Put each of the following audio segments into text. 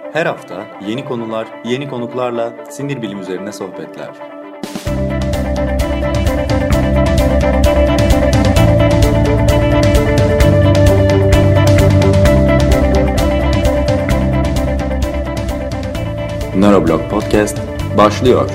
Her hafta yeni konular, yeni konuklarla sinir bilim üzerine sohbetler. Neuroblog Podcast başlıyor.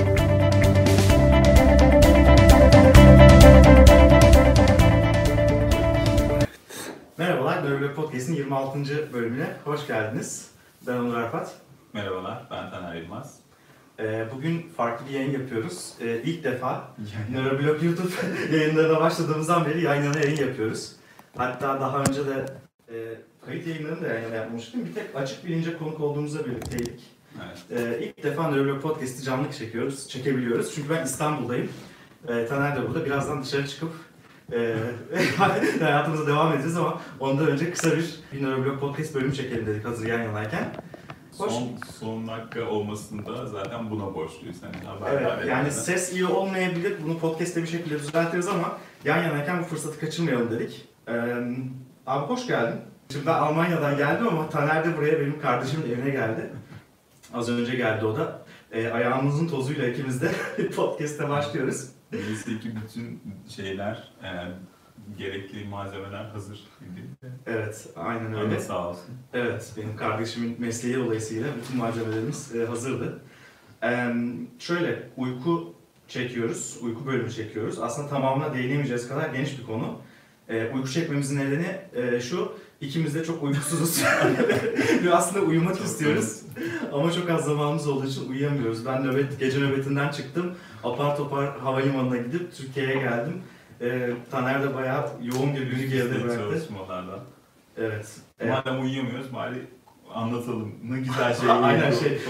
Merhabalar, Neuroblog Podcast'in 26. bölümüne hoş geldiniz. Ben Onur Arpat. Merhabalar, ben Taner Yılmaz. Bugün farklı bir yayın yapıyoruz. İlk defa Neuroblog YouTube yayınlarına başladığımızdan beri yan yana yayın yapıyoruz. Hatta daha önce de kayıt yayınlarını da yan yana yapmıştım. Bir tek açık bilince konuk olduğumuzda birlikteydik. Evet. İlk defa Neuroblog Podcast'i canlı çekebiliyoruz. Çünkü ben İstanbul'dayım. Taner de burada. Birazdan dışarı çıkıp hayatımıza devam edeceğiz ama ondan önce kısa bir Neuroblog Podcast bölümü çekelim dedik hazır yan yanayken. Son dakika olmasında zaten buna borçluyuz. Evet, yani ses iyi olmayabilir, bunu podcast'te bir şekilde düzeltiriz ama yan yanayken bu fırsatı kaçırmayalım dedik. Abi hoş geldin. Şimdi ben Almanya'dan geldim ama Taner de buraya benim kardeşimin evine geldi. Az önce geldi o da. Ayağımızın tozuyla ikimiz de podcast'te başlıyoruz. Bizdeki bütün şeyler, gerekli malzemeler hazır. Evet, aynen öyle. Öyle sağ olsun. Evet, benim kardeşimin mesleği dolayısıyla bütün malzemelerimiz hazırdı. Şöyle, uyku bölümü çekiyoruz. Aslında tamamına değinemeyeceğiz kadar geniş bir konu. Uyku çekmemizin nedeni şu, ikimiz de çok uykusuzuz. Ve aslında uyumak istiyoruz. Ama çok az zamanımız olduğu için uyuyamıyoruz. Ben gece nöbetinden çıktım. Apar topar havalimanına gidip Türkiye'ye geldim. Taner de bayağı yoğun bir günü geride bıraktı. Çalışmalardan. Evet. Madem uyuyamıyoruz bari anlatalım. Ne güzel şey. Aynen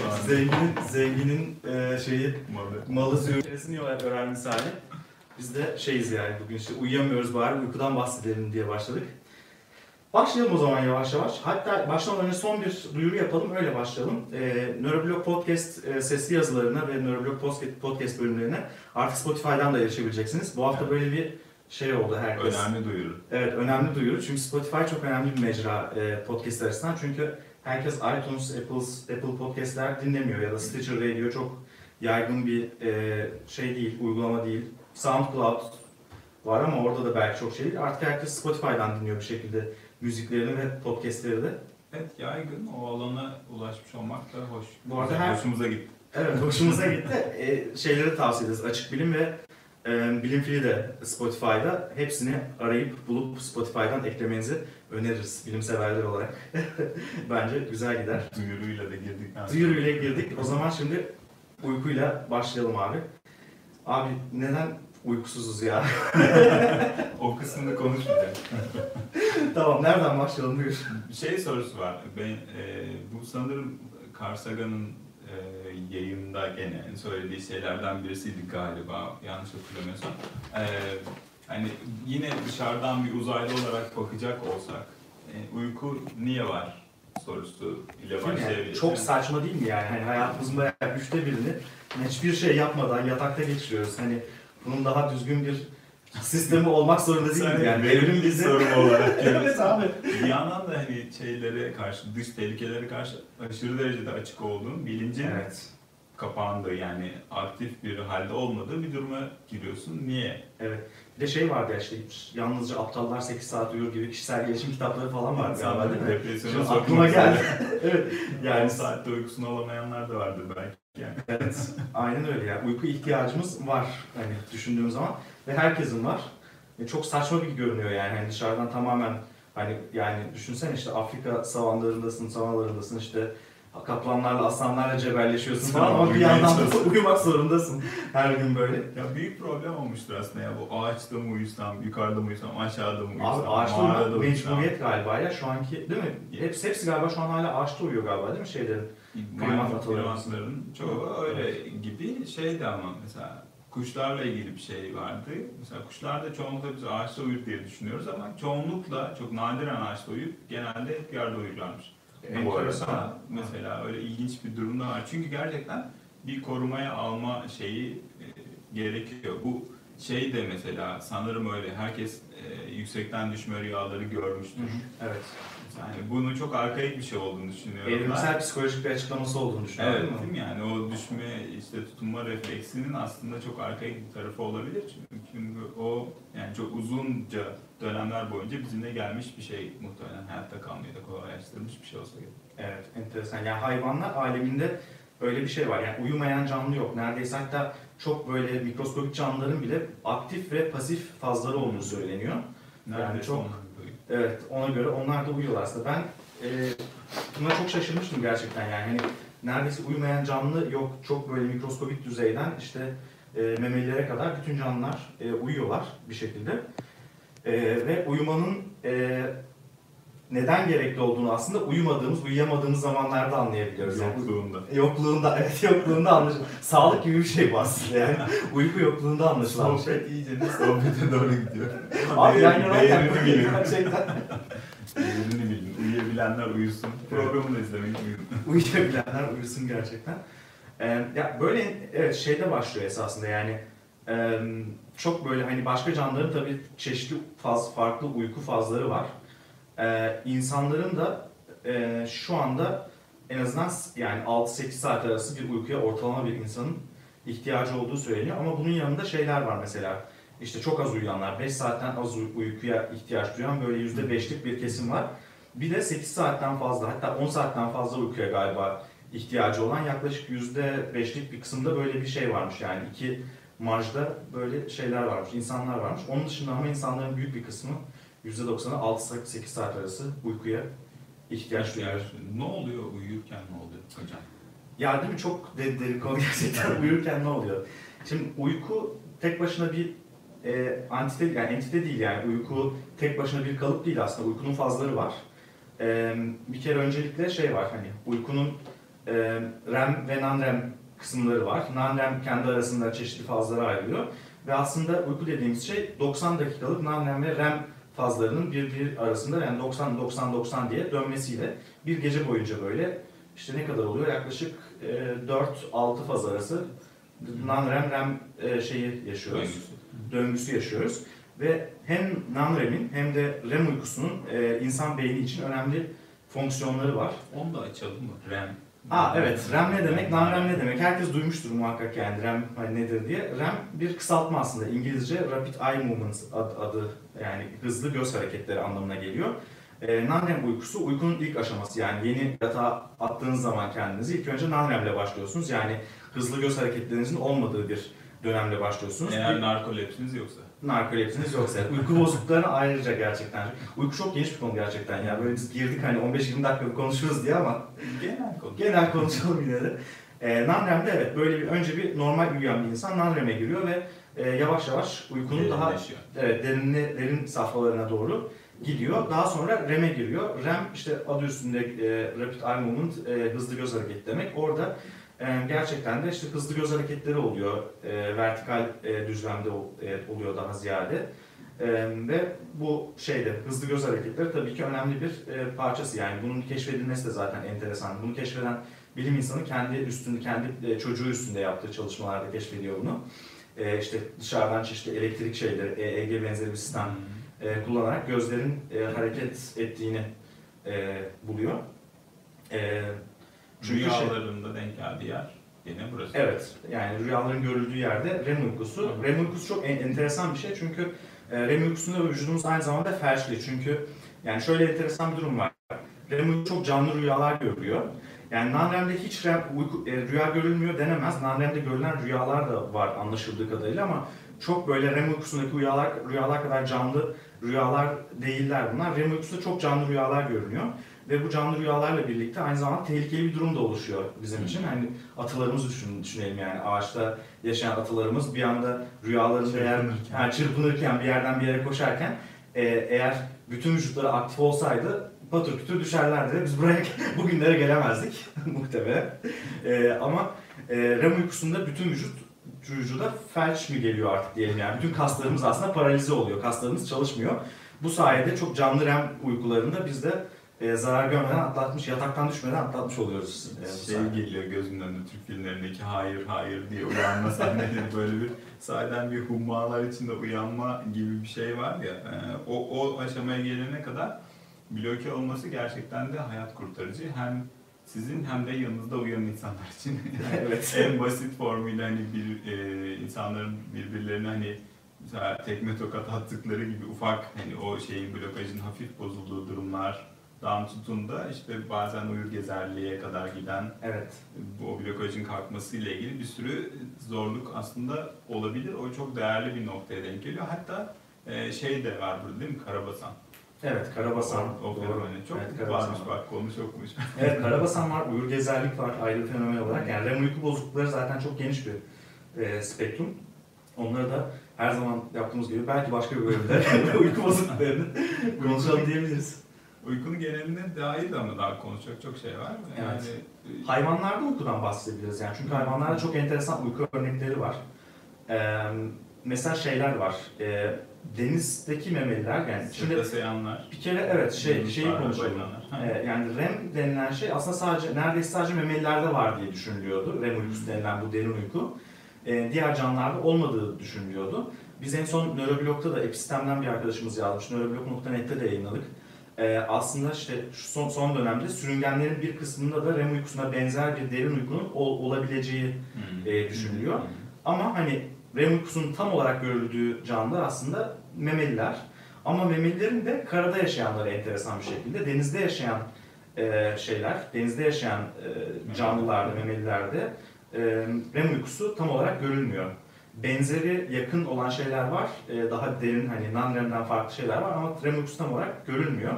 zenginin malı züğürtesini öğren misali. Biz de şeyiz yani bugün işte uyuyamıyoruz bari uykudan bahsedelim diye başladık. Başlayalım o zaman yavaş yavaş. Hatta başlamadan önce son bir duyuru yapalım, öyle başlayalım. Neuroblog Podcast sesli yazılarına ve Neuroblog Podcast bölümlerine artık Spotify'dan da erişebileceksiniz. Bu hafta böyle bir şey oldu herkes. Önemli duyuru. Evet, önemli duyuru. Çünkü Spotify çok önemli bir mecra podcast açısından. Çünkü herkes iTunes, Apple Podcast'ler dinlemiyor ya da Stitcher Radio çok yaygın bir şey değil, uygulama değil. SoundCloud var ama orada da belki çok şey değil. Artık herkes Spotify'dan dinliyor bir şekilde müziklerini ve podcastleri de. Evet, yaygın. O alana ulaşmış olmak da hoş. Bu arada hoşumuza gitti. Evet, hoşumuza gitti. Şeyleri tavsiye ederiz. Açık Bilim ve Bilim Fili de Spotify'da. Hepsini arayıp bulup Spotify'dan eklemenizi öneririz bilimseverler olarak. Bence güzel gider. Duyuruyla da girdik. Duyuruyla girdik. O zaman şimdi uykuyla başlayalım abi. Abi neden uykusuzuz ya? O kısmını konuşmayacağım. Tamam, nereden başlayalım buyur. Şey sorusu var. Bu sanırım Carl Sagan'ın yayında gene söylediği şeylerden birisiydi galiba, yanlış hatırlamıyorsam. Hani yine dışarıdan bir uzaylı olarak bakacak olsak, uyku niye var sorusu ile başlayabiliriz. Çok saçma değil mi yani? Hani hayatımızın bayağı 1/3'ini hiçbir şey yapmadan yatakta geçiriyoruz. Hani bunun daha düzgün bir sistemi olmak zorunda değil mi? Yani evrim bir sorum olarak görüyorsun. Evet abi. Bir yandan da hani şeylere karşı, dış tehlikelere karşı aşırı derecede açık olduğun bilincin kapandığı, yani aktif bir halde olmadığı bir duruma giriyorsun. Niye? Evet. Bir de şey vardı ya işte yalnızca aptallar 8 saat uyur gibi kişisel gelişim kitapları falan vardı galiba değil mi? Depresyona Şimdi aklıma geldi. Evet. Yani 10 saatte uykusunu alamayanlar da vardır belki. Yani. Evet. Aynen öyle ya. Uyku ihtiyacımız var hani düşündüğüm zaman ve herkesin var. Çok saçma bir görünüyor yani. Hani dışarıdan tamamen hani yani düşünsene işte Afrika savanalarındasın işte kaplanlarla, aslanlarla cebelleşiyorsun falan ama bir yandan da uyumak zorundasın her gün böyle. Ya büyük problem olmuştur aslında ya, bu ağaçta mı uyusam, yukarıda mı uyusam, aşağıda mı uyusam, abi ağaçta uyumak mecburiyet galiba ya şu anki değil mi? Hepsi galiba şu an hala ağaçta uyuyor galiba değil mi şeylerin? Primatların çoğu öyle gibi şeydi ama mesela kuşlarla ilgili bir şey vardı. Mesela kuşlarda çoğunlukla biz ağaçta uyur diye düşünüyoruz ama çoğunlukla çok nadiren ağaçta uyup genelde hep yerde uyurlarmış. Bu arada mesela öyle ilginç bir durumda var. Çünkü gerçekten bir korumaya alma şeyi gerekiyor. Bu Şey de mesela sanırım öyle herkes yüksekten düşme rüyaları görmüştür. Evet. Yani bunun çok arkaik bir şey olduğunu düşünüyorum. Evrimsel psikolojik bir açıklaması olduğunu düşünüyorum. Evet, değil mi? Yani o düşme, işte tutunma refleksinin aslında çok arkaik bir tarafı olabilir. Çünkü o yani çok uzunca dönemler boyunca bizimle gelmiş bir şey, muhtemelen hayatta kalmayı da kolaylaştırmış bir şey olsa gerek. Evet, enteresan. Yani hayvanlar aleminde öyle bir şey var. Yani uyumayan canlı yok. Neredeyse hatta çok böyle mikroskopik canlıların bile aktif ve pasif fazları olduğu söyleniyor. Neredeyse çok- onun gibi. Evet, ona göre onlar da uyuyorlar aslında. Ben buna çok şaşırmıştım gerçekten yani. Hani neredeyse uyumayan canlı yok. Çok böyle mikroskopik düzeyden işte memelilere kadar bütün canlılar uyuyorlar bir şekilde. Ve uyumanın neden gerekli olduğunu aslında uyuyamadığımız zamanlarda anlayabiliyoruz. Yani Yokluğunda. yokluğunda, evet yokluğunda anlaşılan. Sağlık gibi bir şey bu aslında yani. Uyku yokluğunda anlaşılan bir şey. Sohbet iyice de sohbete doğru gidiyor. Abi yan yanayken Değerini bilin. gerçekten Değerini bilin. Uyuyabilenler uyusun. Programı da izlemeyi uyuyun. uyuyabilenler uyusun gerçekten. Ya böyle evet şeyde başlıyor esasında yani çok böyle hani başka canlıların tabii çeşitli farklı uyku fazları var. İnsanların da şu anda en azından yani 6-8 saat arası bir uykuya ortalama bir insanın ihtiyacı olduğu söyleniyor. Ama bunun yanında şeyler var mesela. İşte çok az uyuyanlar, 5 saatten az uykuya ihtiyaç duyan böyle %5'lik bir kesim var. Bir de 8 saatten fazla hatta 10 saatten fazla uykuya galiba ihtiyacı olan yaklaşık %5'lik bir kısımda böyle bir şey varmış. Yani iki marjda böyle şeyler varmış, insanlar varmış. Onun dışında ama insanların büyük bir kısmı %90'ı 6-8 saat arası uykuya ihtiyaç duyuyor. Ne oluyor uyurken, ne oluyor hocam? Ya değil mi? Çok derin konu gerçekten. Uyurken ne oluyor? Şimdi uyku tek başına bir entite değil yani. Uyku tek başına bir kalıp değil aslında. Uykunun fazları var. Bir kere öncelikle şey var hani uykunun REM ve non-REM kısımları var. Non-REM kendi arasında çeşitli fazlara ayrılıyor. Ve aslında uyku dediğimiz şey 90 dakikalık non-REM ve REM fazlarının birbiri arasında yani 90-90-90 diye dönmesiyle bir gece boyunca böyle işte ne kadar oluyor? Yaklaşık 4-6 faz arası non-REM, REM şeyi yaşıyoruz. Döngüsü yaşıyoruz. Ve hem non-REM'in hem de REM uykusunun insan beyni için önemli fonksiyonları var. Onu da açalım mı? REM. Evet, REM ne demek, non-REM ne demek? Herkes duymuştur muhakkak yani REM hani nedir diye. REM bir kısaltma aslında. İngilizce Rapid Eye Movements adı yani hızlı göz hareketleri anlamına geliyor. Non-REM uykusu uykunun ilk aşaması yani yeni yatağa attığınız zaman kendinizi ilk önce non-REM ile başlıyorsunuz. Yani hızlı göz hareketlerinizin olmadığı bir dönemle başlıyorsunuz. Eğer narkolepsiniz yoksa. Narkolepsiniz yoksa. Uyku bozukluklarına ayrıca gerçekten. Uyku çok geniş bir konu gerçekten ya. Böyle biz girdik hani 15-20 dakika konuşuruz diye ama Genel konu. genel konuşalım yine de. Non-REM'de evet böyle bir önce bir normal uyuyan bir insan non-REM'e giriyor ve yavaş yavaş uykunun daha derin safhalarına doğru gidiyor. Daha sonra REM'e giriyor. REM işte adı üstünde Rapid Eye Movement hızlı göz hareketi demek. Orada gerçekten de işte hızlı göz hareketleri oluyor. Vertikal düzlemde oluyor daha ziyade. Ve bu şeyde hızlı göz hareketleri tabii ki önemli bir parçası. Yani bunun keşfedilmesi de zaten enteresan. Bunu keşfeden bilim insanı kendi çocuğu üstünde yaptığı çalışmalarda keşfediyor bunu. İşte dışarıdan çeşitli elektrik şeyleri, EEG benzeri bir sistem kullanarak gözlerin hareket ettiğini buluyor. Rüyalarında denk geldiği yer yine burası. Evet, yani rüyaların görüldüğü yerde REM uykusu. REM uykusu çok enteresan bir şey çünkü REM uykusunda vücudumuz aynı zamanda felçli. Çünkü yani şöyle enteresan bir durum var. REM uykusu çok canlı rüyalar görüyor. Yani non-REM'de hiç rüya görülmüyor denemez. Non-REM'de görülen rüyalar da var anlaşıldığı kadarıyla ama çok böyle REM uykusundaki rüyalar kadar canlı rüyalar değiller bunlar. REM uykusunda çok canlı rüyalar görünüyor. Ve bu canlı rüyalarla birlikte aynı zamanda tehlikeli bir durum da oluşuyor bizim için. Hani atılarımızı düşünelim yani ağaçta yaşayan atılarımız bir anda rüyalarında çırpınırken bir yerden bir yere koşarken eğer bütün vücutları aktif olsaydı patır kütür düşerlerdi. Biz buraya bugünlere gelemezdik muhtemelen. Ama REM uykusunda bütün vücuda felç mi geliyor artık diyelim yani. Bütün kaslarımız aslında paralize oluyor. Kaslarımız çalışmıyor. Bu sayede çok canlı REM uykularında biz de zarar görmeden atlatmış, yataktan düşmeden atlatmış oluyoruz. Bu Şey sayede. geliyor gözümün önünde Türk filmlerindeki hayır hayır diye uyanma sahneleri böyle bir sahiden bir hummalar içinde uyanma gibi bir şey var ya o aşamaya gelene kadar bloke olması gerçekten de hayat kurtarıcı. Hem sizin hem de yanınızda uyan insanlar için. Evet. En basit formuyla hani insanların birbirlerine hani mesela tekme tokat attıkları gibi ufak hani o şeyin blokajın hafif bozulduğu durumlardan tutun da işte bazen uyur gezerliğe kadar giden Evet. bu blokajın kalkmasıyla ilgili bir sürü zorluk aslında olabilir. O çok değerli bir noktaya denk geliyor. Hatta şey de var burada değil mi? Karabasan. Evet, Karabasan. O Doğru. fenomeni çok Evet, Karabasan varmış var. bak konu çokmuş. Evet, Karabasan var, uyur gezerlik var ayrı bir fenomen olarak. Yani REM uyku bozuklukları zaten çok geniş bir spektrum. Onları da her zaman yaptığımız gibi belki başka bir bölümde uyku bozukluklarını konuşalım diyebiliriz. Uykunun geneline dair de ama daha konuşacak çok şey var. Yani, Evet. Hayvanlarda uykudan bahsedebiliriz yani. Çünkü hayvanlarda çok enteresan uyku örnekleri var. Mesela şeyler var. Denizdeki memeliler yani şimdi Sırtlasayanlar. bir kere evet şeyi Yunuslar, konuşalım. balinalar. Yani REM denilen şey aslında neredeyse sadece memelilerde var diye düşünülüyordu. REM uykusu denilen bu derin uyku. Diğer canlılarda olmadığı düşünülüyordu. Biz en son Nöroblog'da da Epistem'den bir arkadaşımız yazmış. Nöroblog.net'te de yayınladık. Aslında işte şu son dönemde sürüngenlerin bir kısmında da REM uykusuna benzer bir derin uykunun olabileceği düşünülüyor. Ama hani REM uykusunun tam olarak görüldüğü canlılar aslında memeliler. Ama memelilerin de karada yaşayanları enteresan bir şekilde denizde yaşayan denizde yaşayan canlılarda, memelilerde REM uykusu tam olarak görülmüyor. Benzeri yakın olan şeyler var, daha derin hani non-REM'den farklı şeyler var ama REM uykusu tam olarak görülmüyor.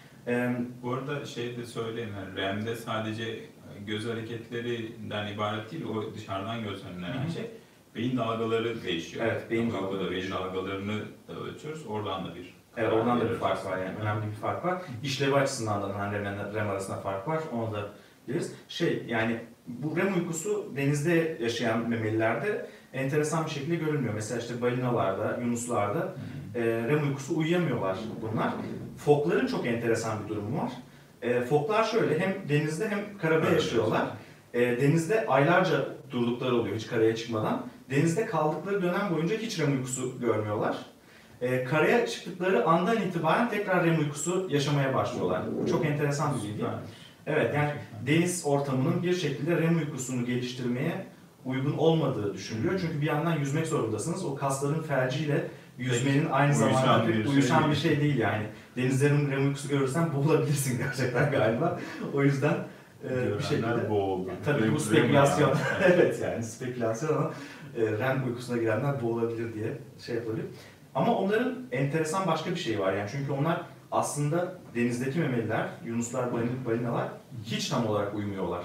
Bu arada şey de söyleyeyim, yani REM'de sadece göz hareketlerinden ibaret değil, o dışarıdan gözlemlenen şey. Beyin dalgaları değişiyor. Evet, beyin dalgaları beyin dalgalarını da ölçüyoruz. Oradan da bir evet, oradan da bir fark var yani. Önemli bir fark var. İşlevi açısından da REM arasında fark var. Onu da biliriz. Yani bu REM uykusu denizde yaşayan memelilerde enteresan bir şekilde görülmüyor. Mesela işte balinalarda, yunuslarda REM uykusu uyuyamıyorlar bunlar. Fokların çok enteresan bir durumu var. Foklar şöyle hem denizde hem karada yaşıyorlar. Denizde aylarca durdukları oluyor hiç karaya çıkmadan. Denizde kaldıkları dönem boyunca hiç REM uykusu görmüyorlar. Karaya çıktıkları andan itibaren tekrar REM uykusu yaşamaya başlıyorlar. Bu çok enteresan bir bilgi. Evet, yani deniz ortamının bir şekilde REM uykusunu geliştirmeye uygun olmadığı düşünülüyor. Çünkü bir yandan yüzmek zorundasınız. O kasların felciyle yüzmenin aynı zamanda uyuşan bir şey değil yani. Denizlerin REM uykusu görürsen boğulabilirsin gerçekten galiba. O yüzden bir şekilde boğuldu. Tabii bu spekülasyon. Evet yani spekülasyon ama REM uykusuna girenler boğulabilir diye şey yapılabilir. Ama onların enteresan başka bir şeyi var yani çünkü onlar aslında denizdeki memeliler, yunuslar, balinalar hiç tam olarak uyumuyorlar.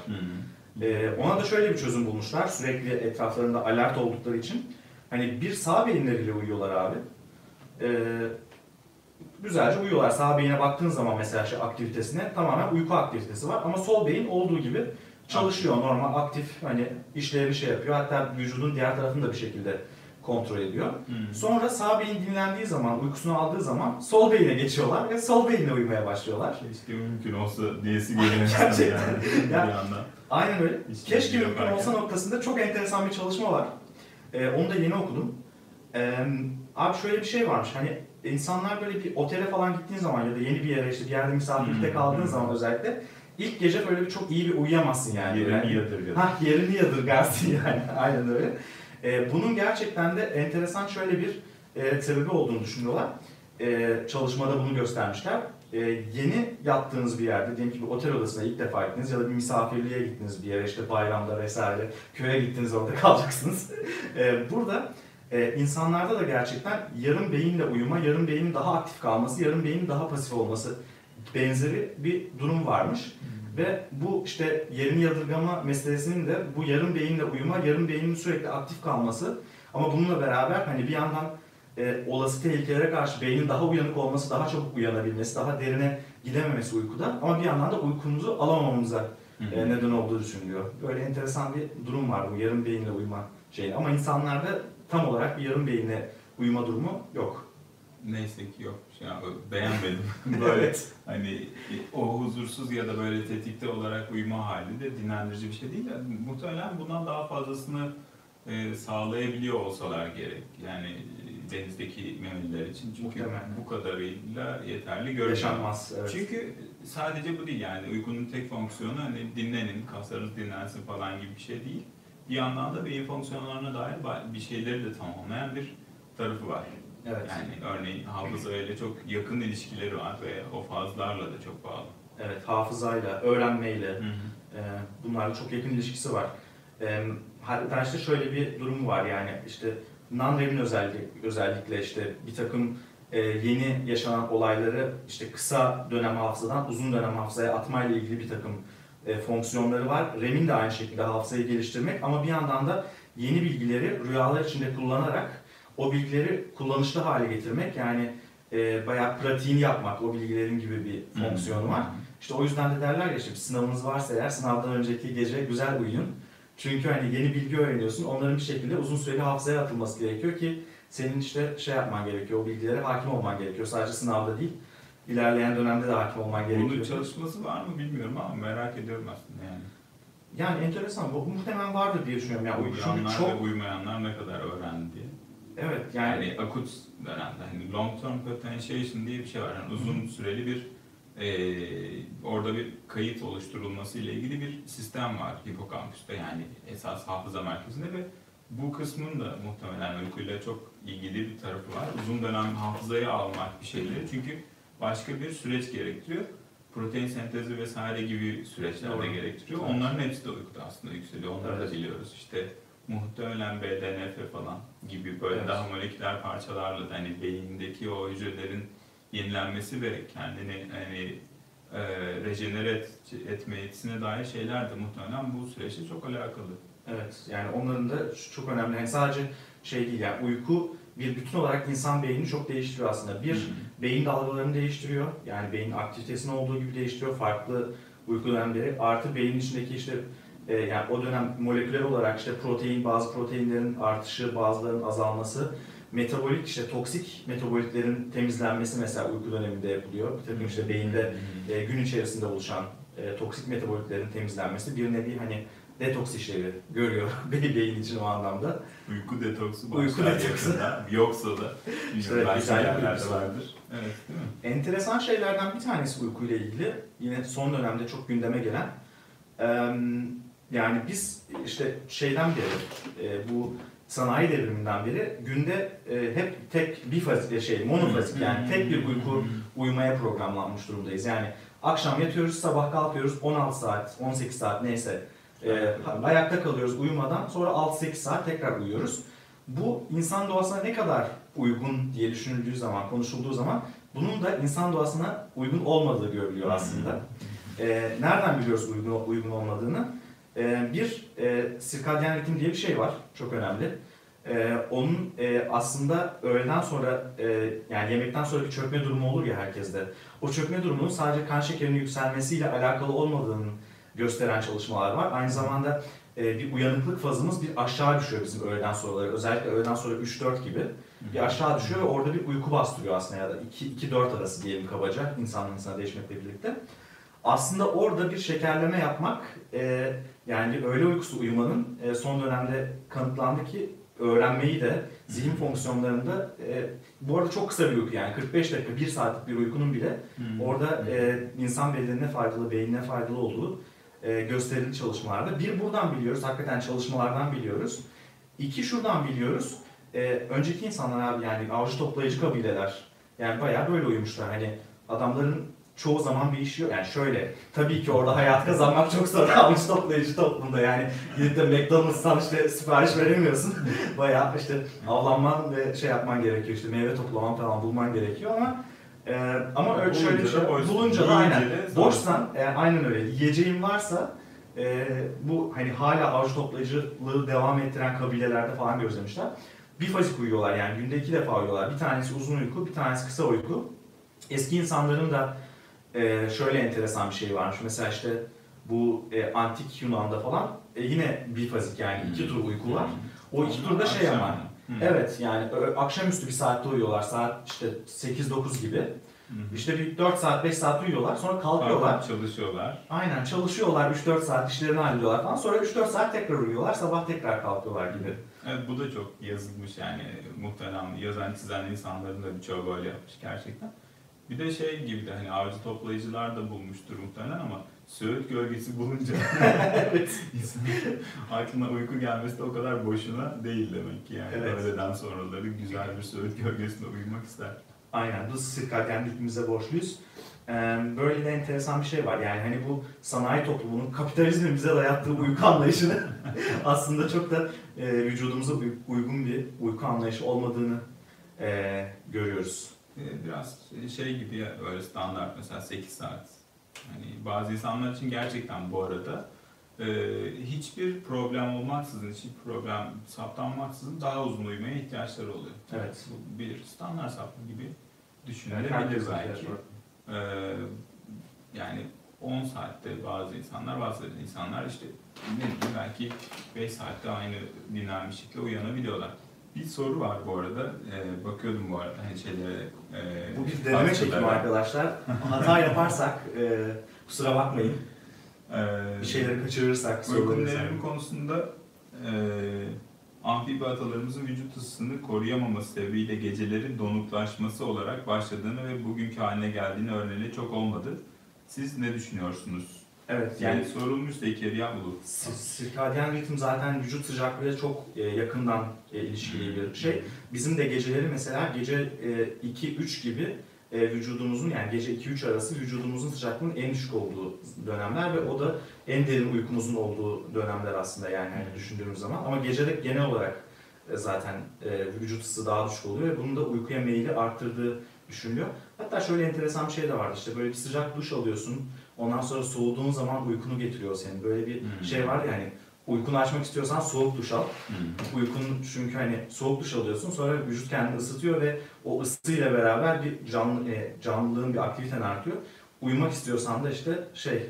Ona da şöyle bir çözüm bulmuşlar. Sürekli etraflarında alert oldukları için. Hani bir sağ beyinleriyle uyuyorlar abi. Güzelce uyuyorlar. Sağ beyine baktığın zaman mesela aktivitesine tamamen uyku aktivitesi var. Ama sol beyin olduğu gibi çalışıyor. Normal aktif hani işlevli şey yapıyor. Hatta vücudun diğer tarafını da bir şekilde kontrol ediyor. Sonra sağ beyin dinlendiği zaman, uykusunu aldığı zaman sol beyine geçiyorlar ve sol beyinle uyumaya başlıyorlar. Keşke mümkün olsa diyesi geliyor Gerçekten. yani. Bir Yani, yandan. aynen öyle. Keşke mümkün yaparken. olsa noktasında çok enteresan bir çalışma var. Onu da yeni okudum. Abi şöyle bir şey varmış. Hani insanlar böyle bir otele falan gittiğin zaman ya da yeni bir yere işte bir yerde misafirlikte kaldığın zaman özellikle ilk gece böyle bir çok iyi bir uyuyamazsın yani. Yerini yadırgarsın. Yerini yadırgarsın yani. Aynen öyle. Bunun gerçekten de enteresan şöyle bir sebebi olduğunu düşünüyorlar. Çalışmada bunu göstermişler. Yeni yattığınız bir yerde, diyelim ki bir otel odasına ilk defa gittiniz ya da bir misafirliğe gittiniz bir yere, işte bayramda vesaire, köye gittiniz orada kalacaksınız. Burada insanlarda da gerçekten yarım beyinle uyuma, yarım beynin daha aktif kalması, yarım beynin daha pasif olması benzeri bir durum varmış. Ve bu işte yerini yadırgama meselesinin de bu yarım beyinle uyuma, yarım beynin sürekli aktif kalması ama bununla beraber hani bir yandan olası tehlikelere karşı beynin daha uyanık olması, daha çabuk uyanabilmesi, daha derine gidememesi uykuda ama bir yandan da uykumuzu alamamamıza neden olduğu düşünülüyor. Böyle enteresan bir durum var bu yarım beyinle uyuma şeyi ama insanlarda tam olarak bir yarım beyinle uyuma durumu yok. neyse ki yokmuş ya, beğenmedim. Böyle hani o huzursuz ya da böyle tetikte olarak uyuma hali de dinlendirici bir şey değil. Yani muhtemelen bundan daha fazlasını sağlayabiliyor olsalar gerek. Yani denizdeki memeliler için. Çünkü Muhtemelen. bu kadarıyla yeterli görünüyor. Yaşanmaz. Evet. Çünkü sadece bu değil, yani uykunun tek fonksiyonu hani dinlenin, kaslarınız dinlensin falan gibi bir şey değil. Bir yandan da beyin fonksiyonlarına dair bir şeyleri de tamamlayan bir tarafı var. Evet. Yani örneğin hafızayla çok yakın ilişkileri var ve o fazlarla da çok bağlı. Evet, hafızayla, öğrenmeyle, Hı hı. bunlarla çok yakın ilişkisi var. Hatta işte şöyle bir durum var, yani işte non-REM'in özellikle işte bir takım yeni yaşanan olayları işte kısa dönem hafızadan uzun dönem hafızaya atmayla ilgili bir takım fonksiyonları var. REM'in de aynı şekilde hafızayı geliştirmek, ama bir yandan da yeni bilgileri rüyalar içinde kullanarak o bilgileri kullanışlı hale getirmek, yani bayağı pratiğini yapmak, o bilgilerin gibi bir fonksiyonu var. İşte o yüzden de derler ya, işte bir sınavınız varsa eğer sınavdan önceki gece güzel uyuyun. Çünkü hani yeni bilgi öğreniyorsun, onların bir şekilde uzun süreli hafızaya atılması gerekiyor ki senin işte şey yapman gerekiyor, o bilgilere hakim olman gerekiyor. Sadece sınavda değil, ilerleyen dönemde de hakim olman gerekiyor. Bunun çalışması var mı bilmiyorum ama merak ediyorum aslında yani. Yani enteresan, bu muhtemelen vardır diye düşünüyorum. Yani Uyuyanlar çok... ve uyumayanlar ne kadar öğrendi diye. Evet Yani akut dönemde hani long term potentiation diye bir şey var. Yani uzun süreli bir orada bir kayıt oluşturulması ile ilgili bir sistem var hipokampüste, yani esas hafıza merkezinde ve bu kısmın da muhtemelen uykuyla çok ilgili bir tarafı var. Uzun dönem hafızaya almak bir şeyleri, çünkü başka bir süreç gerektiriyor. Protein sentezi vesaire gibi süreçler de gerektiriyor. Evet. Onların hepsi de uykuda aslında yükseliyor. Onları da biliyoruz. İşte muhtemelen BDNF falan gibi böyle daha moleküler parçalarla da hani beyindeki o hücrelerin yenilenmesi ve kendini hani rejenere etme yetisine dair şeyler de muhtemelen bu süreçte çok alakalı. Evet, yani onların da çok önemli. Yani sadece şey değil, yani uyku bir bütün olarak insan beynini çok değiştiriyor aslında. Bir, beyin dalgalarını değiştiriyor. Yani beyin aktivitesinin olduğu gibi değiştiriyor. Farklı uyku dönemleri. Artı beynin içindeki işte yani o dönem moleküler olarak işte bazı proteinlerin artışı, bazılarının azalması, metabolik işte toksik metabolitlerin temizlenmesi mesela uyku döneminde yapılıyor. Bir takım işte beyinde gün içerisinde oluşan toksik metabolitlerin temizlenmesi bir nevi hani detoks işlevi görüyor beyin için o anlamda. Uyku detoksu Uyku detoksu. Yoksa da Evet, belki güzel yerlerde vardır. Evet, değil mi? Enteresan şeylerden bir tanesi uykuyla ilgili. Yine son dönemde çok gündeme gelen. Yani biz işte şeyden beri, bu sanayi devriminden beri günde hep tek bifazik monofazik, yani tek bir uyumaya programlanmış durumdayız. Yani akşam yatıyoruz, sabah kalkıyoruz 16 saat, 18 saat neyse ayakta kalıyoruz uyumadan, sonra 6-8 saat tekrar uyuyoruz. Bu insan doğasına ne kadar uygun diye düşünüldüğü zaman, konuşulduğu zaman bunun da insan doğasına uygun olmadığı görülüyor aslında. Nereden biliyoruz uygun olmadığını? Bir sirkadyen ritim diye bir şey var, çok önemli. Onun aslında öğleden sonra yani yemekten sonra bir çökme durumu olur ya herkeste. O çökme durumunun sadece kan şekerinin yükselmesiyle alakalı olmadığını gösteren çalışmalar var. Aynı zamanda bir uyanıklık fazımız bir aşağı düşüyor bizim öğleden sonraları. Özellikle öğleden sonra 3-4 gibi bir aşağı düşüyor ve orada bir uyku bastırıyor aslında, ya da 2-4 arası diyelim kabaca insandan insana değişmekle birlikte. Aslında orada bir şekerleme yapmak, yani öğle uykusu uyumanın son dönemde kanıtlandı ki öğrenmeyi de zihin fonksiyonlarında, bu arada çok kısa bir uyku, yani 45 dakika 1 saatlik bir uykunun bile orada insan bedenine faydalı, beynine faydalı olduğu gösterildi çalışmalarda. Bir, buradan biliyoruz, hakikaten çalışmalardan biliyoruz. İki, şuradan biliyoruz. Önceki insanlar abi, yani avcı toplayıcı kabileler, yani bayağı böyle uyumuşlar. Hani adamların çoğu zaman bir işi yok. Yani şöyle, tabii ki orada hayat kazanmak çok zor avcı toplayıcı toplumda. Yani gidip de McDonald's'tan işte sipariş veremiyorsun. Bayağı işte avlanman ve şey yapman gerekiyor, işte meyve toplaman falan bulman gerekiyor ama öyle şöyle bir şey, bulunca da aynen. Boşsan, aynen öyle. Yiyeceğin varsa, bu hani hala avcı toplayıcılığı devam ettiren kabilelerde falan gözlemişler. Bifazik uyuyorlar, yani günde 2 defa uyuyorlar. Bir tanesi uzun uyku, bir tanesi kısa uyku. Eski insanların da şöyle enteresan bir şey varmış. Mesela işte bu antik Yunan'da falan yine bifazik, yani 2 tur uyku var. O 2 turda şey ama Evet, yani akşamüstü bir saatte uyuyorlar, saat işte 8-9 gibi. İşte bir 4 saat, 5 saat uyuyorlar, sonra kalkıyorlar. Kalkıp çalışıyorlar. Aynen, çalışıyorlar 3-4 saat, işlerini hallediyorlar falan. Sonra 3-4 saat tekrar uyuyorlar, sabah tekrar kalkıyorlar gibi. Evet, bu da çok yazılmış yani muhtemelen yazan çizen insanların da birçoğu böyle yapmış gerçekten. Bir de şey gibi de hani avcı toplayıcılar da bulmuştur muhtemelen ama Söğüt gölgesi bulunca Evet. insan aklına uyku gelmesi de o kadar boşuna değil demek ki yani. Evet. Öğleden sonraları güzel bir Söğüt gölgesinde uyumak ister. Aynen, bu sirkadyen ritmimize borçluyuz. Böyle de enteresan bir şey var. Yani hani bu sanayi toplumunun kapitalizmin bize dayattığı uyku anlayışını aslında çok da vücudumuza uygun bir uyku anlayışı olmadığını görüyoruz. Biraz şey gibi ya, öyle standart mesela 8 saat. Hani bazı insanlar için gerçekten bu arada hiçbir problem olmaksızın, hiçbir problem saptanmaksızın daha uzun uyumaya ihtiyaçları oluyor. Evet. Bu bir standart sapma gibi Evet, düşünülebilir herkesin belki. ihtiyacı var. Yani 10 saatte bazı insanlar, bazı insanlar işte ne bileyim belki 5 saatte aynı dinlenmişlikle uyanabiliyorlar. Bir soru var bu arada. Bakıyordum bu arada hani şeylere. Bu bir deneme çekimi arkadaşlar. Hata yaparsak kusura bakmayın. Bir şeyleri kaçırırsak, Uyku soruları inerimi konusunda amfibi atalarımızın vücut ısısını koruyamaması sebebiyle gecelerin donuklaşması olarak başladığını ve bugünkü haline geldiğini öğreneli çok olmadı. Siz ne düşünüyorsunuz? Evet, Yani yani sorulmuş Zekeriya Bulut. sirkadyen ritim zaten vücut sıcaklığıyla çok yakından ilişkili bir şey. Bizim de geceleri mesela gece 2-3 gibi vücudumuzun, yani gece 2-3 arası vücudumuzun sıcaklığının en düşük olduğu dönemler ve o da en derin uykumuzun olduğu dönemler aslında, yani hani düşündüğümüz zaman. Ama gece genel olarak zaten vücut ısı daha düşük oluyor ve bunun da uykuya meyili arttırdığı düşünülüyor. Hatta şöyle enteresan bir şey de vardı, işte böyle bir sıcak duş alıyorsun, ondan sonra soğuduğun zaman uykunu getiriyor senin. Böyle bir şey var yani, uykunu açmak istiyorsan soğuk duş al. Uykun, çünkü hani soğuk duş alıyorsun, sonra vücut kendini ısıtıyor ve o ısıyla beraber bir canlılığın, bir aktiviten artıyor. Uyumak istiyorsan da işte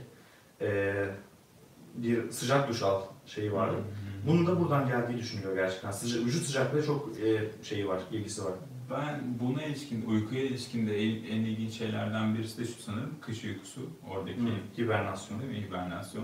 bir sıcak duş al şeyi vardı. Bunun da buradan geldiği düşünülüyor gerçekten. Vücut sıcaklığı çok şeyi var, ilgisi var. Ben buna ilişkin, uykuya ilişkin de en ilginç şeylerden birisi de şu sanırım, kış uykusu. Oradaki hibernasyon. değil mi? Hibernasyon.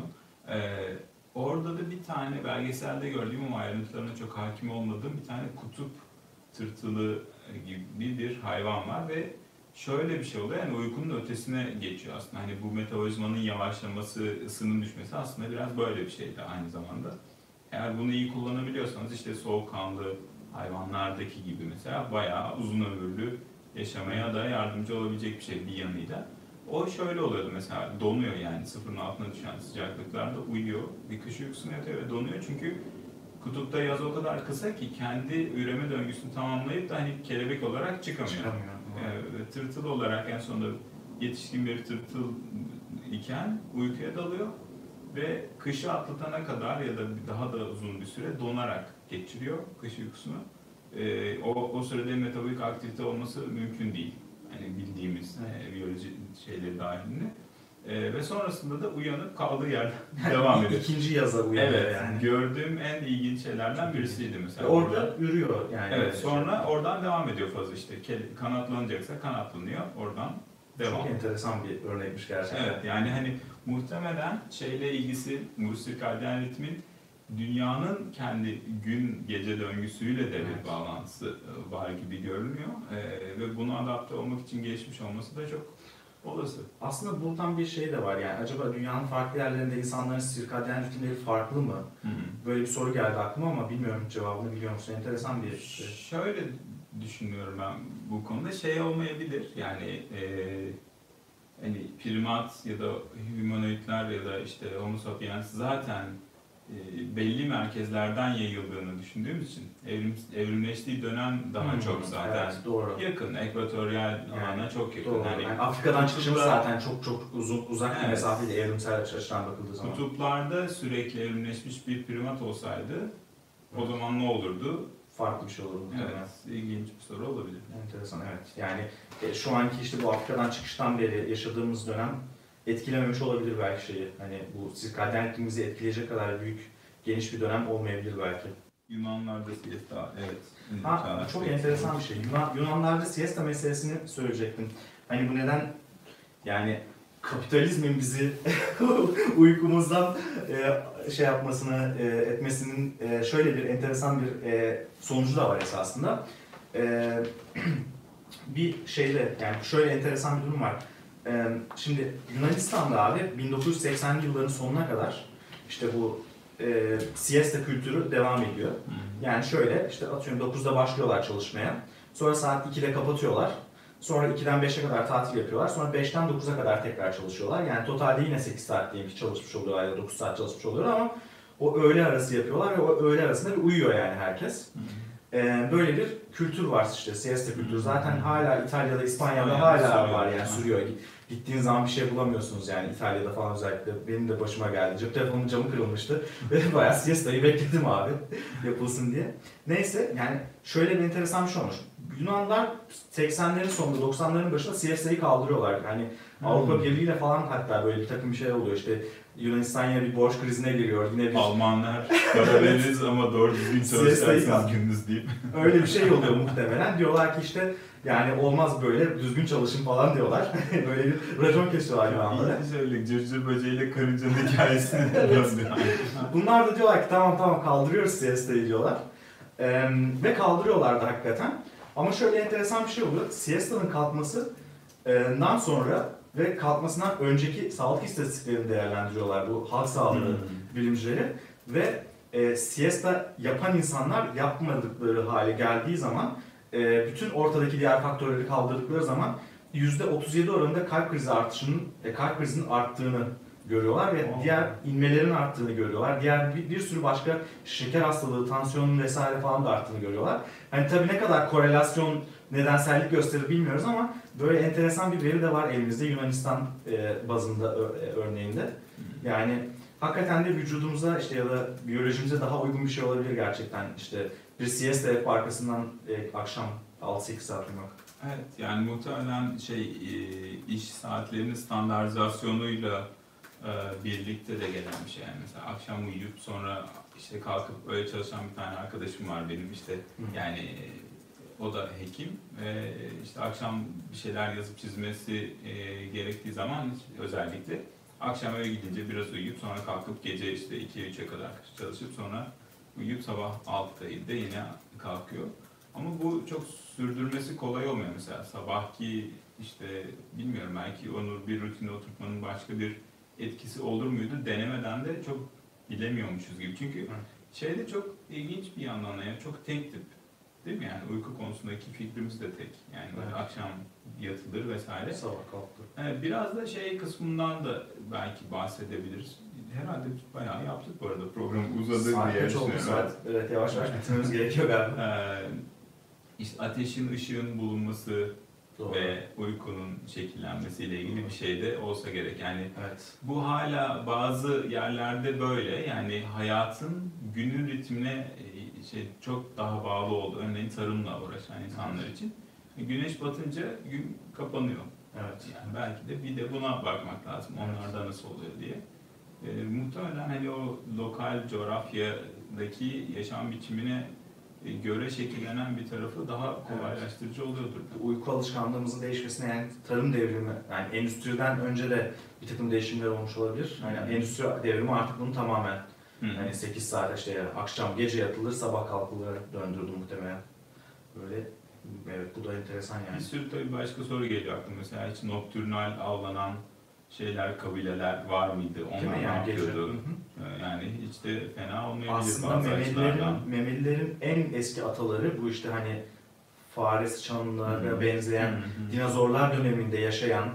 Orada da bir tane belgeselde gördüğüm ama ayrıntılarına çok hakim olmadığım bir tane kutup tırtılı gibi bir hayvan var ve şöyle bir şey oluyor, yani uykunun ötesine geçiyor aslında. Hani bu metabolizmanın yavaşlaması, ısının düşmesi aslında biraz böyle bir şeydi aynı zamanda. Eğer bunu iyi kullanabiliyorsanız işte soğukkanlı hayvanlardaki gibi mesela bayağı uzun ömürlü yaşamaya da yardımcı olabilecek bir şey bir yanıyla. O şöyle oluyordu mesela, donuyor yani sıfırın altına düşen sıcaklıklarda uyuyor, bir kış uykusuna yatıyor ve donuyor çünkü kutupta yaz o kadar kısa ki kendi üreme döngüsünü tamamlayıp da hani kelebek olarak çıkamıyor. Tırtıl olarak en sonunda yetişkin bir tırtıl iken uykuya dalıyor ve kışı atlatana kadar ya da daha da uzun bir süre donarak geçiriyor kış uykusunu. O sürede metabolik aktivite olması mümkün değil. Yani bildiğimiz biyoloji şeyleri dahilinde. Ve sonrasında da uyanıp kaldığı yerden devam ediyor. İkinci yaza uyanıyor Evet, yani. gördüğüm en ilginç şeylerden birisiydi mesela. Orada yürüyor yani. Evet, sonra oradan devam ediyor fazla işte. Kanatlanacaksa kanatlanıyor, oradan devam. Çok enteresan bir örnekmiş gerçekten. Evet, yani hani muhtemelen şeyle ilgisi, bu sirkadyen ritmin dünyanın kendi gün gece döngüsüyle de bir bağlantısı var gibi görünüyor. Ve buna adapte olmak için gelişmiş olması da çok olası. Aslında buradan bir şey de var, yani acaba dünyanın farklı yerlerinde insanların sirkadyen ritimleri farklı mı? Böyle bir soru geldi aklıma ama bilmiyorum cevabını, biliyor musun? Enteresan bir şey. Şöyle düşünüyorum ben bu konuda, şey olmayabilir yani hani primat ya da humanoidler ya da işte homo sapiens zaten belli merkezlerden yayıldığını düşündüğümüz için evrimleştiği dönem daha çok zaten doğru. yakın, ekvatoryal alana çok yakın. Doğru. Yani Afrika'dan çıkışımız zaten çok uzak bir mesafede evrimsel açıdan bakıldığı zaman. Kutuplarda sürekli evrimleşmiş bir primat olsaydı o zaman ne olurdu? Farklı bir şey olurdu. Evet, ilginç bir soru olabilir. Enteresan, evet. Yani şu anki işte bu Afrika'dan çıkıştan beri yaşadığımız dönem etkilememiş olabilir belki şeyi. Hani bu sirkadyen ritmimizi etkileyecek kadar büyük, geniş bir dönem olmayabilir belki. Yunanlarda siesta, evet. Ha, çok enteresan bir şey. Yunanlarda siesta meselesini söyleyecektim. Hani bu neden yani kapitalizmin bizi uykumuzdan şey yapmasını etmesinin şöyle bir enteresan bir sonucu da var esasında. Bir şeyde yani şöyle enteresan bir durum var. Şimdi Yunanistan'da abi 1980'li yılların sonuna kadar işte bu siesta kültürü devam ediyor. Yani şöyle işte atıyorum 9'da başlıyorlar çalışmaya. Sonra saat 2'de kapatıyorlar. Sonra 2'den 5'e kadar tatil yapıyorlar. Sonra 5'ten 9'a kadar tekrar çalışıyorlar. Yani totalde yine 8 saat diyelim ki çalışmış oluyorlar ya da 9 saat çalışmış oluyorlar ama o öğle arası yapıyorlar ve o öğle arasında bir uyuyor yani herkes. Böyle bir kültür var işte siesta kültürü. Zaten hala İtalya'da, İspanya'da hala var yani sürüyor. Gittiğin zaman bir şey bulamıyorsunuz yani İtalya'da falan özellikle. Benim de başıma geldi. Cep telefonun camı kırılmıştı. Ve bayağı siestayı bekledim abi yapılsın diye. Neyse yani şöyle bir enteresan bir şey olmuş. Yunanlar 80'lerin sonunda 90'ların başında siestayı kaldırıyorlar. Yani Avrupa Birliği'yle falan hatta böyle bir takım bir şey oluyor. İşte Yunanistan yine bir borç krizine giriyor. Yine bir... Almanlar para veririz ama doğru düzgün çalışacaksınız gündüz deyip. Öyle bir şey oluyor muhtemelen. Diyorlar ki işte yani olmaz böyle düzgün çalışın falan diyorlar. Böyle bir racon kesiyorlar Yunanlara. İyi şöyle cırcır böceğiyle karıncanın hikayesini Bunlar da diyorlar ki tamam kaldırıyoruz siestayı diyorlar. Ve kaldırıyorlardı hakikaten. Ama şöyle enteresan bir şey oluyor. Siesta'nın kalkmasından sonra ve kalkmasından önceki sağlık istatistiklerini değerlendiriyorlar bu halk sağlığı bilimcileri. Ve siesta yapan insanlar yapmadıkları hale geldiği zaman bütün ortadaki diğer faktörleri kaldırdıkları zaman %37 oranında kalp krizi artışının, kalp krizinin arttığını görüyorlar ve diğer inmelerin arttığını görüyorlar. Diğer bir sürü başka şeker hastalığı, tansiyonun vesaire falan da arttığını görüyorlar. Hani tabii ne kadar korelasyon, nedensellik gösterir bilmiyoruz ama böyle enteresan bir veri de var elimizde Yunanistan bazında örneğinde. Yani hakikaten de vücudumuza işte ya da biyolojimize daha uygun bir şey olabilir gerçekten. İşte bir siesta yapıp arkasından akşam 6-8 saat uyumak. Evet, yani muhtemelen iş saatlerinin standartizasyonuyla birlikte de gelen bir şey. Yani mesela akşam uyuyup sonra işte kalkıp öyle çalışan bir tane arkadaşım var benim işte yani o da hekim ve işte akşam bir şeyler yazıp çizmesi gerektiği zaman özellikle akşam eve gidince biraz uyuyup sonra kalkıp gece işte 2'ye 3'e kadar çalışıp sonra uyuyup sabah 6'da yine kalkıyor. Ama bu çok sürdürmesi kolay olmuyor mesela sabahki işte bilmiyorum belki onu bir rutine oturtmanın başka bir etkisi olur muydu denemeden de çok bilemiyormuşuz gibi. Çünkü şeyde çok ilginç bir yandan yani çok tek tip değil mi yani uyku konusundaki fikrimiz de tek yani akşam yatılır vesaire. Sabah kalktı. Biraz da kısmından da belki bahsedebiliriz. Herhalde bayağı yaptık bu arada program uzadı diye düşünüyorum. Evet yavaş yavaş bitirmemiz gerekiyor galiba. İşte ateşin, ışığın bulunması Doğru. ve uykunun şekillenmesiyle ilgili bir şey de olsa gerek. Yani evet. bu hala bazı yerlerde böyle yani hayatın günün ritmine çok daha bağlı oldu. Örneğin tarımla uğraşan insanlar için. Güneş batınca gün kapanıyor. Evet. Yani belki de bir de buna bakmak lazım. Onlarda nasıl oluyor diye. Muhtemelen hani o lokal coğrafyadaki yaşam biçimine göre şekillenen bir tarafı daha kolaylaştırıcı oluyordur. Uyku alışkanlığımızın değişmesine yani tarım devrimi, yani endüstriden önce de bir takım değişimler olmuş olabilir. Yani endüstri devrimi artık bunu tamamen yani 8 saat işte akşam gece yatılır, sabah kalkılır döndürdü muhtemelen. Böyle evet bu da enteresan yani. Bir sürü tabii başka soru geliyor aklıma. Mesela hiç noktürnal avlanan kabileler var mıydı? Onlar ne yapıyordu? Yani hiç de fena olmayabilir. Aslında memelilerin en eski ataları bu işte hani fare sıçanlara benzeyen dinozorlar döneminde yaşayan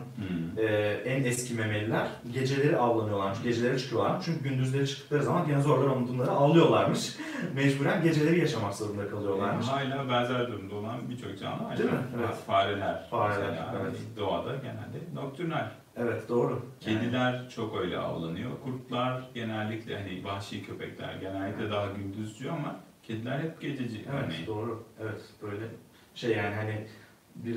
en eski memeliler geceleri avlanıyorlarmış, geceleri çıkıyorlarmış. Çünkü gündüzleri çıktıkları zaman dinozorlar onları avlıyorlarmış. Mecburen geceleri yaşamak zorunda kalıyorlarmış. Yani hala benzer durumda olan birçok canlı var. Değil mi? Evet. Fareler evet. Doğada genelde noktürnal. Evet doğru. Kediler çok öyle avlanıyor. Kurtlar genellikle hani vahşi köpekler genellikle daha gündüzcü ama kediler hep gececi. Evet doğru. Evet böyle yani hani bir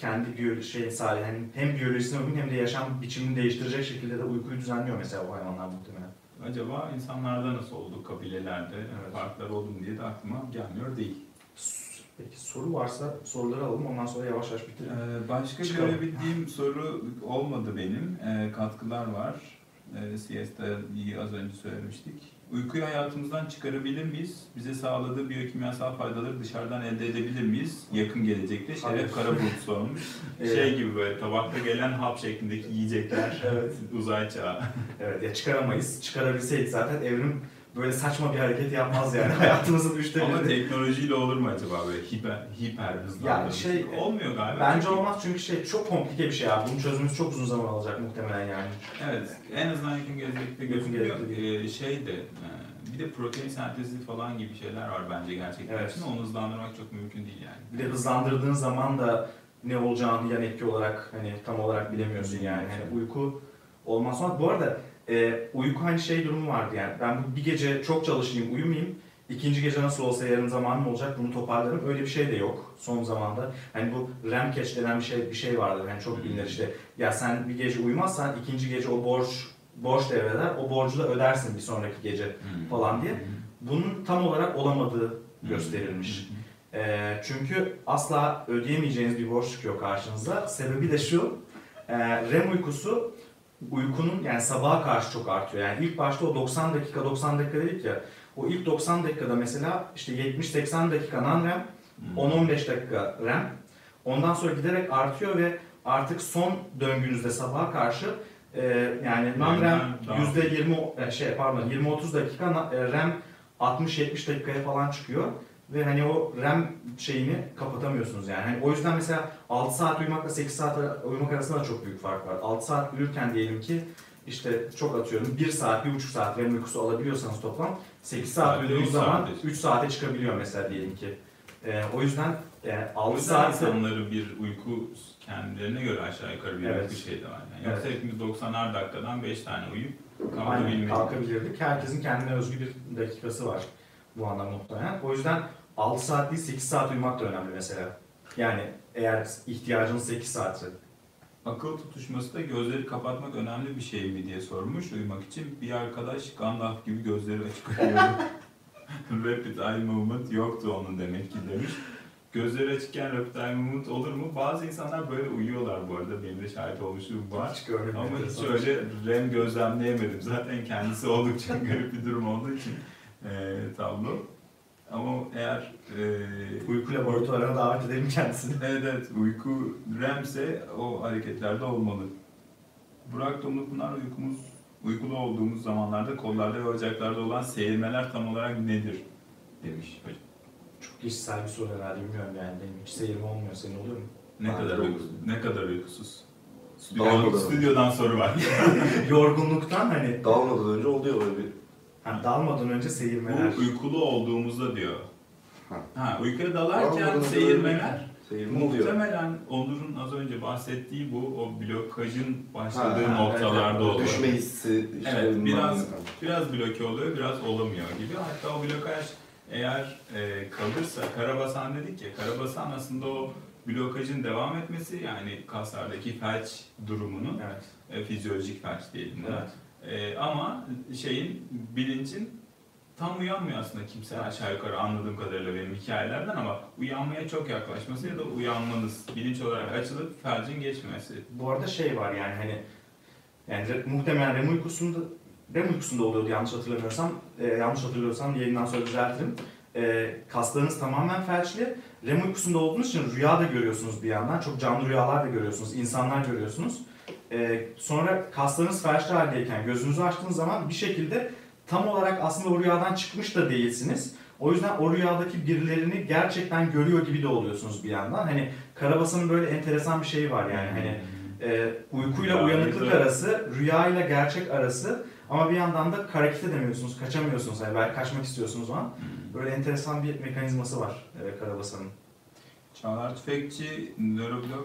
kendi yani hem biyolojisine uygun hem de yaşam biçimini değiştirecek şekilde de uykuyu düzenliyor mesela bu hayvanlar muhtemelen. Acaba insanlarda nasıl oldu, kabilelerde Evet. farklar oldu mu diye de aklıma gelmiyor değil. Peki soru varsa soruları alalım, ondan sonra yavaş yavaş bitirelim. Başka Çıkalım. görebildiğim soru olmadı benim. Katkılar var. Siesta'yı az önce söylemiştik. Uykuyu hayatımızdan çıkarabilir miyiz? Bize sağladığı biyokimyasal faydaları dışarıdan elde edebilir miyiz? Yakın gelecekte Hayır. Şeref Karabulut sormuş. Evet. Şey gibi böyle tabakta gelen hap şeklindeki yiyecekler, Evet. uzay çağı. Evet ya, çıkaramayız. Çıkarabilseydik zaten evrim böyle saçma bir hareket yapmaz yani. Hayatımızın üçte Ama biri. teknolojiyle olur mu acaba böyle hiper hızlandırmış? Olmuyor galiba. Bence olmaz çünkü çok komplike bir şey abi. Bunun çözümümüz çok uzun zaman alacak muhtemelen yani. Evet, en azından yakın gelecekte Yakın gözüküyor. gelecekte Bir de protein sentezi falan gibi şeyler var bence gerçekten Evet. için. Onu hızlandırmak çok mümkün değil yani. Bir de hızlandırdığın zaman da ne olacağını yan etki olarak hani tam olarak bilemiyorsun yani. Hani uyku olmaz sonra. Bu arada uyku hani durumu vardı yani. Ben bir gece çok çalışayım, uyumayayım. İkinci gece nasıl olsa yarın zamanım olacak, bunu toparlarım. Öyle bir şey de yok son zamanda. Hani bu REM catch denen bir şey vardır. Yani çok bilinir işte. Ya sen bir gece uyumazsan ikinci gece o borç devreder. O borcu da ödersin bir sonraki gece falan diye. Bunun tam olarak olamadığı gösterilmiş. Çünkü asla ödeyemeyeceğiniz bir borç çıkıyor karşınıza. Sebebi de şu, REM uykusu uykunun yani sabaha karşı çok artıyor. Yani ilk başta o 90 dakika dedik ya, o ilk 90 dakikada mesela işte 70-80 dakika non-REM, 10-15 dakika REM. Ondan sonra giderek artıyor ve artık son döngünüzde sabaha karşı yani non-REM %20-30 dakika, REM 60-70 dakikaya falan çıkıyor. Ve hani o REM şeyini kapatamıyorsunuz yani. Hani o yüzden mesela 6 saat uyumakla 8 saat uyumak arasında da çok büyük fark var. 6 saat uyurken diyelim ki işte çok atıyorum 1 saat, 1,5 saat REM uykusu alabiliyorsanız toplam 8 saat uyuduğunuz zaman 3 saate çıkabiliyor mesela diyelim ki. O yüzden yani 6 saat insanları bir uyku kendilerine göre aşağı yukarı bir Evet. uyku şeyi de var. Yani yoksa hepimiz 90'ar dakikadan 5 tane uyuyup aynen kalkabilirdik. Herkesin kendine özgü bir dakikası var bu anlamda muhtemelen. O yüzden 6 saat değil 8 saat uyumak da önemli mesela. Yani eğer ihtiyacınız 8 saatse. Akıl tutuşması da gözleri kapatmak önemli bir şey mi diye sormuş uyumak için. Bir arkadaş Gandalf gibi gözleri açık uyuyordu. Rapid eye movement yoktu onun demek ki demiş. Gözleri açıkken rapid eye movement olur mu? Bazı insanlar böyle uyuyorlar bu arada. Benim de şahit olmuşluğum var. Hiç görmedim. Ama hiç öyle REM gözlemleyemedim. Zaten kendisi oldukça garip bir durum olduğu için tablo. Ama eğer Uyku laboratuvarına davet edelim kendisini. evet uyku REM'se o hareketlerde olmalı. Burak Domlupınar uykulu olduğumuz zamanlarda kollarda ve bacaklarda olan seyirmeler tam olarak nedir demiş hocam. Çok kişisel bir soru herhalde, bilmiyorum yani. Benim hiç seyrim olmuyor, senin oluyor mu? Ne kadar uykusuz? Dalmadan Stüdyodan soru var. Yorgunluktan hani Dalmadan önce oluyor böyle bir... dalmadan önce seyirmeler. Bu uykulu olduğumuzda diyor. Uykuya dalarken Dalmadan önce seyirmeler Seyirme oluyor. muhtemelen Onur'un az önce bahsettiği o blokajın başladığı noktalarda evet. oluyor. Düşme hissi. işte Evet, bundan- biraz bloke oluyor, biraz olamıyor gibi. Hatta o blokaj eğer kalırsa, karabasan dedik ya, karabasan aslında o blokajın devam etmesi, yani kaslardaki felç durumunun, Evet. fizyolojik felç diyelim buna. Evet. Ama bilincin tam uyanmıyor aslında kimse aşağı yukarı anladığım kadarıyla benim hikayelerden, ama uyanmaya çok yaklaşması ya da uyanmanız, bilinç olarak açılıp felcin geçmesi. Bu arada var yani muhtemelen REM uykusunda oluyordu yanlış hatırlamıyorsam. Yanlış hatırlıyorsam yayından sonra düzeltirim. Kaslarınız tamamen felçli. REM uykusunda olduğunuz için rüya da görüyorsunuz bir yandan. Çok canlı rüyalar da görüyorsunuz, insanlar görüyorsunuz. Sonra kaslarınız felçli haldeyken gözünüzü açtığınız zaman bir şekilde tam olarak aslında o rüyadan çıkmış da değilsiniz. O yüzden o rüyadaki birilerini gerçekten görüyor gibi de oluyorsunuz bir yandan. Hani Karabasan'ın böyle enteresan bir şeyi var yani. Hani uykuyla uyanıklık arası, rüyayla gerçek arası, ama bir yandan da hareket edemiyorsunuz, kaçamıyorsunuz. Yani belki kaçmak istiyorsunuz o an. Böyle enteresan bir mekanizması var Karabasan'ın. Çağlar Tüfekçi, nöroblog,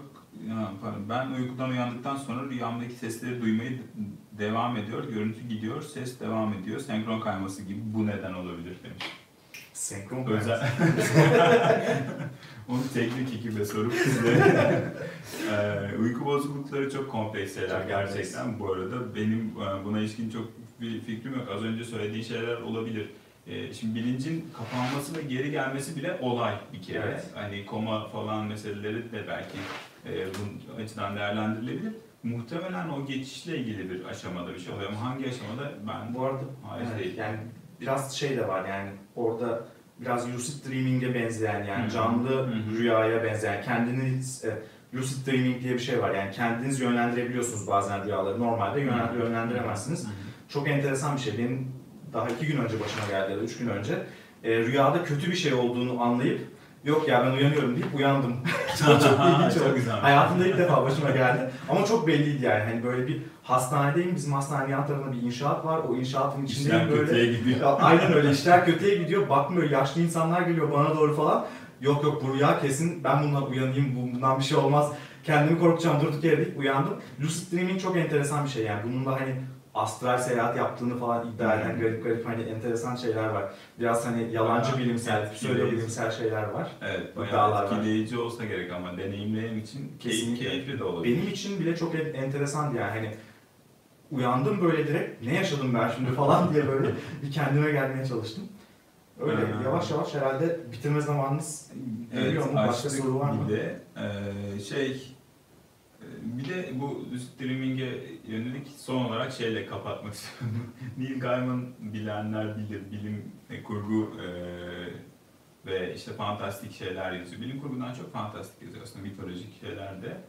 ben uykudan uyandıktan sonra rüyamdaki sesleri duymaya devam ediyor, görüntü gidiyor, ses devam ediyor, senkron kayması gibi, bu neden olabilir demiş. Senkron Özel. Onu teknik ekibe sorup size. Uyku bozuklukları çok kompleks şeyler Çok gerçekten bu arada. Benim buna ilişkin çok bir fikrim yok. Az önce söylediğin şeyler olabilir. Şimdi bilincin kapanması ve geri gelmesi bile olay bir kere. Evet. Hani koma falan meseleleri de belki bu açıdan değerlendirilebilir. Muhtemelen o geçişle ilgili bir aşamada bir şey oluyor ama hangi aşamada ben Bu arada hayır evet, değil. yani biraz şey de var yani orada biraz lucid dreaming'e benzeyen yani canlı rüyaya benzeyen kendiniz lucid dreaming diye bir şey var yani kendiniz yönlendirebiliyorsunuz bazen rüyaları normalde yönlendiremezsiniz. Çok enteresan bir şey. Benim daha 2 gün önce başıma geldi ya da 3 gün önce rüyada kötü bir şey olduğunu anlayıp yok ya ben uyanıyorum deyip uyandım. Çok ilginç Çok oldu. güzel. Hayatımda ilk defa başıma geldi. Ama çok belliydi yani. Hani böyle bir hastanedeyim. Bizim hastanenin yan tarafında bir inşaat var. O inşaatın içindeyim İşler böyle. kötüye gidiyor. Aynen öyle. İşler kötüye gidiyor. Bakmıyor. Yaşlı insanlar geliyor bana doğru falan. Yok bu rüya kesin. Ben bundan uyanayım. Bundan bir şey olmaz. Kendimi korkacağım. Durduk yere deyip uyandım. Lucid dreaming çok enteresan bir şey yani. Bunun da hani astral seyahat yaptığını falan iddia eden garip hani enteresan şeyler var. Biraz hani yalancı bilimsel, pseudo bilimsel şeyler var. Evet, İddialar bayağı var. etkileyici olsa gerek ama deneyimleyen için Kesinlikle. keyifli de olabilir. Benim için bile çok enteresan yani hani uyandım böyle direkt ne yaşadım ben şimdi falan diye böyle bir kendime gelmeye çalıştım. Öyle yavaş yavaş herhalde bitirme zamanınız geliyor mu? Başka açtık soru var mı? Bir de bir de bu lucid dreaming'e yönelik son olarak şeyle kapatmak istiyorum. Neil Gaiman bilenler bilir, bilim kurgu ve işte fantastik şeyler yazıyor. Bilim kurgudan çok fantastik yazıyor aslında, mitolojik şeyler de.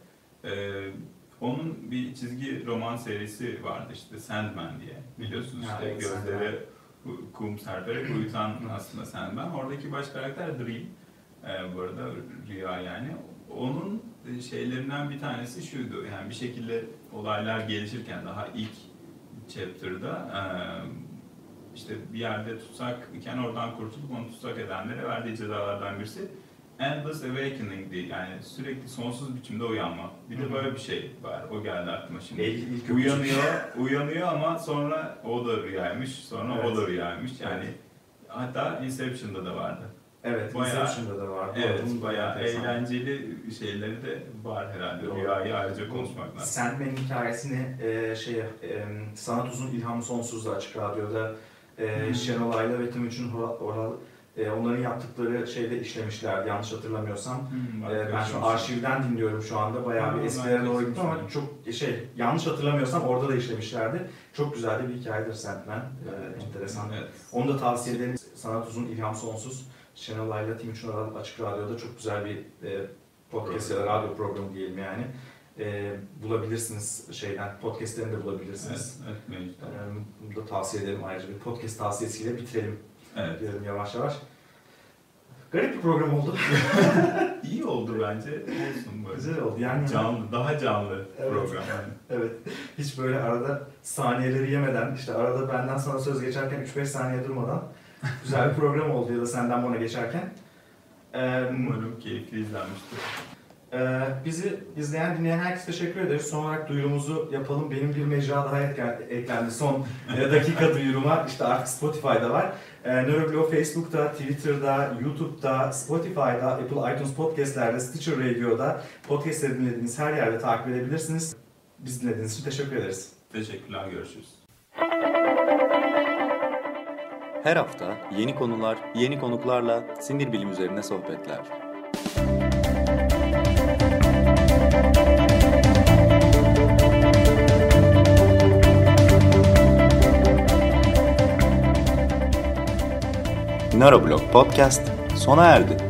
Onun bir çizgi roman serisi vardı işte Sandman diye. Biliyorsunuz Ya, işte evet, gözleri kum serperek uyutan aslında Sandman. Oradaki baş karakter Dream. Bu arada rüya yani. Onun şeylerinden bir tanesi şuydu. Yani bir şekilde olaylar gelişirken daha ilk chapter'da işte bir yerde tutsak iken oradan kurtulup onu tutsak edenlere verdiği cezalardan birisi Endless Awakening'di. Yani sürekli sonsuz biçimde uyanma. Bir de böyle bir şey var. O geldi aklıma şimdi. Uyanıyor ama sonra o da rüyaymış. Sonra Evet. o da rüyaymış. Yani hatta Inception'da da vardı. Evet, Bayağı- Inception'da da var. Evet, Bunun bayağı enteresan. eğlenceli şeyleri de var herhalde. Doğru. Rüyayı ayrıca konuşmak lazım. Sandman'in hikayesini Sanat Uzun İlhamı Sonsuz'da Açık Radyo'da Şenol Ayla ve Timuçin Oral onların yaptıkları şeyde işlemişlerdi yanlış hatırlamıyorsam. Ben şu arşivden dinliyorum şu anda. Bayağı bir eskilere doğru gittim ama çok yanlış hatırlamıyorsam orada da işlemişlerdi. Çok güzel de bir hikayedir Sandman. Enteresan. Evet. Onu da tavsiye ederim. Sanat Uzun İlham Sonsuz. Şenol Ayla, Timuçin Oral Açık Radyo'da çok güzel bir podcast ya da radyo programı diyelim yani. Bulabilirsiniz podcastlerini de bulabilirsiniz. Evet, mevcut. Bunu da tavsiye ederim ayrıca bir podcast tavsiyesiyle bitirelim Evet. diyelim yavaş yavaş. Garip bir program oldu. İyi oldu bence. Olsun böyle. Güzel oldu. Yani Canlı, daha canlı Evet. program. Yani. evet. Hiç böyle arada saniyeleri yemeden, işte arada benden sana söz geçerken 3-5 saniye durmadan güzel bir program oldu ya da senden bana geçerken. Umarım keyifli izlenmiştir. Bizi izleyen, dinleyen herkese teşekkür ederiz. Son olarak duyurumuzu yapalım. Benim bir mecra daha eklendi. Son dakika duyuruma. İşte artık Spotify'da var. Neuroblog Facebook'ta, Twitter'da, YouTube'da, Spotify'da, Apple iTunes Podcast'lerde, Stitcher Radio'da podcast'leri dinlediğiniz her yerde takip edebilirsiniz. Biz dinlediğiniz için teşekkür ederiz. Teşekkürler, görüşürüz. Her hafta yeni konular, yeni konuklarla sinir bilim üzerine sohbetler. Neuroblog Podcast sona erdi.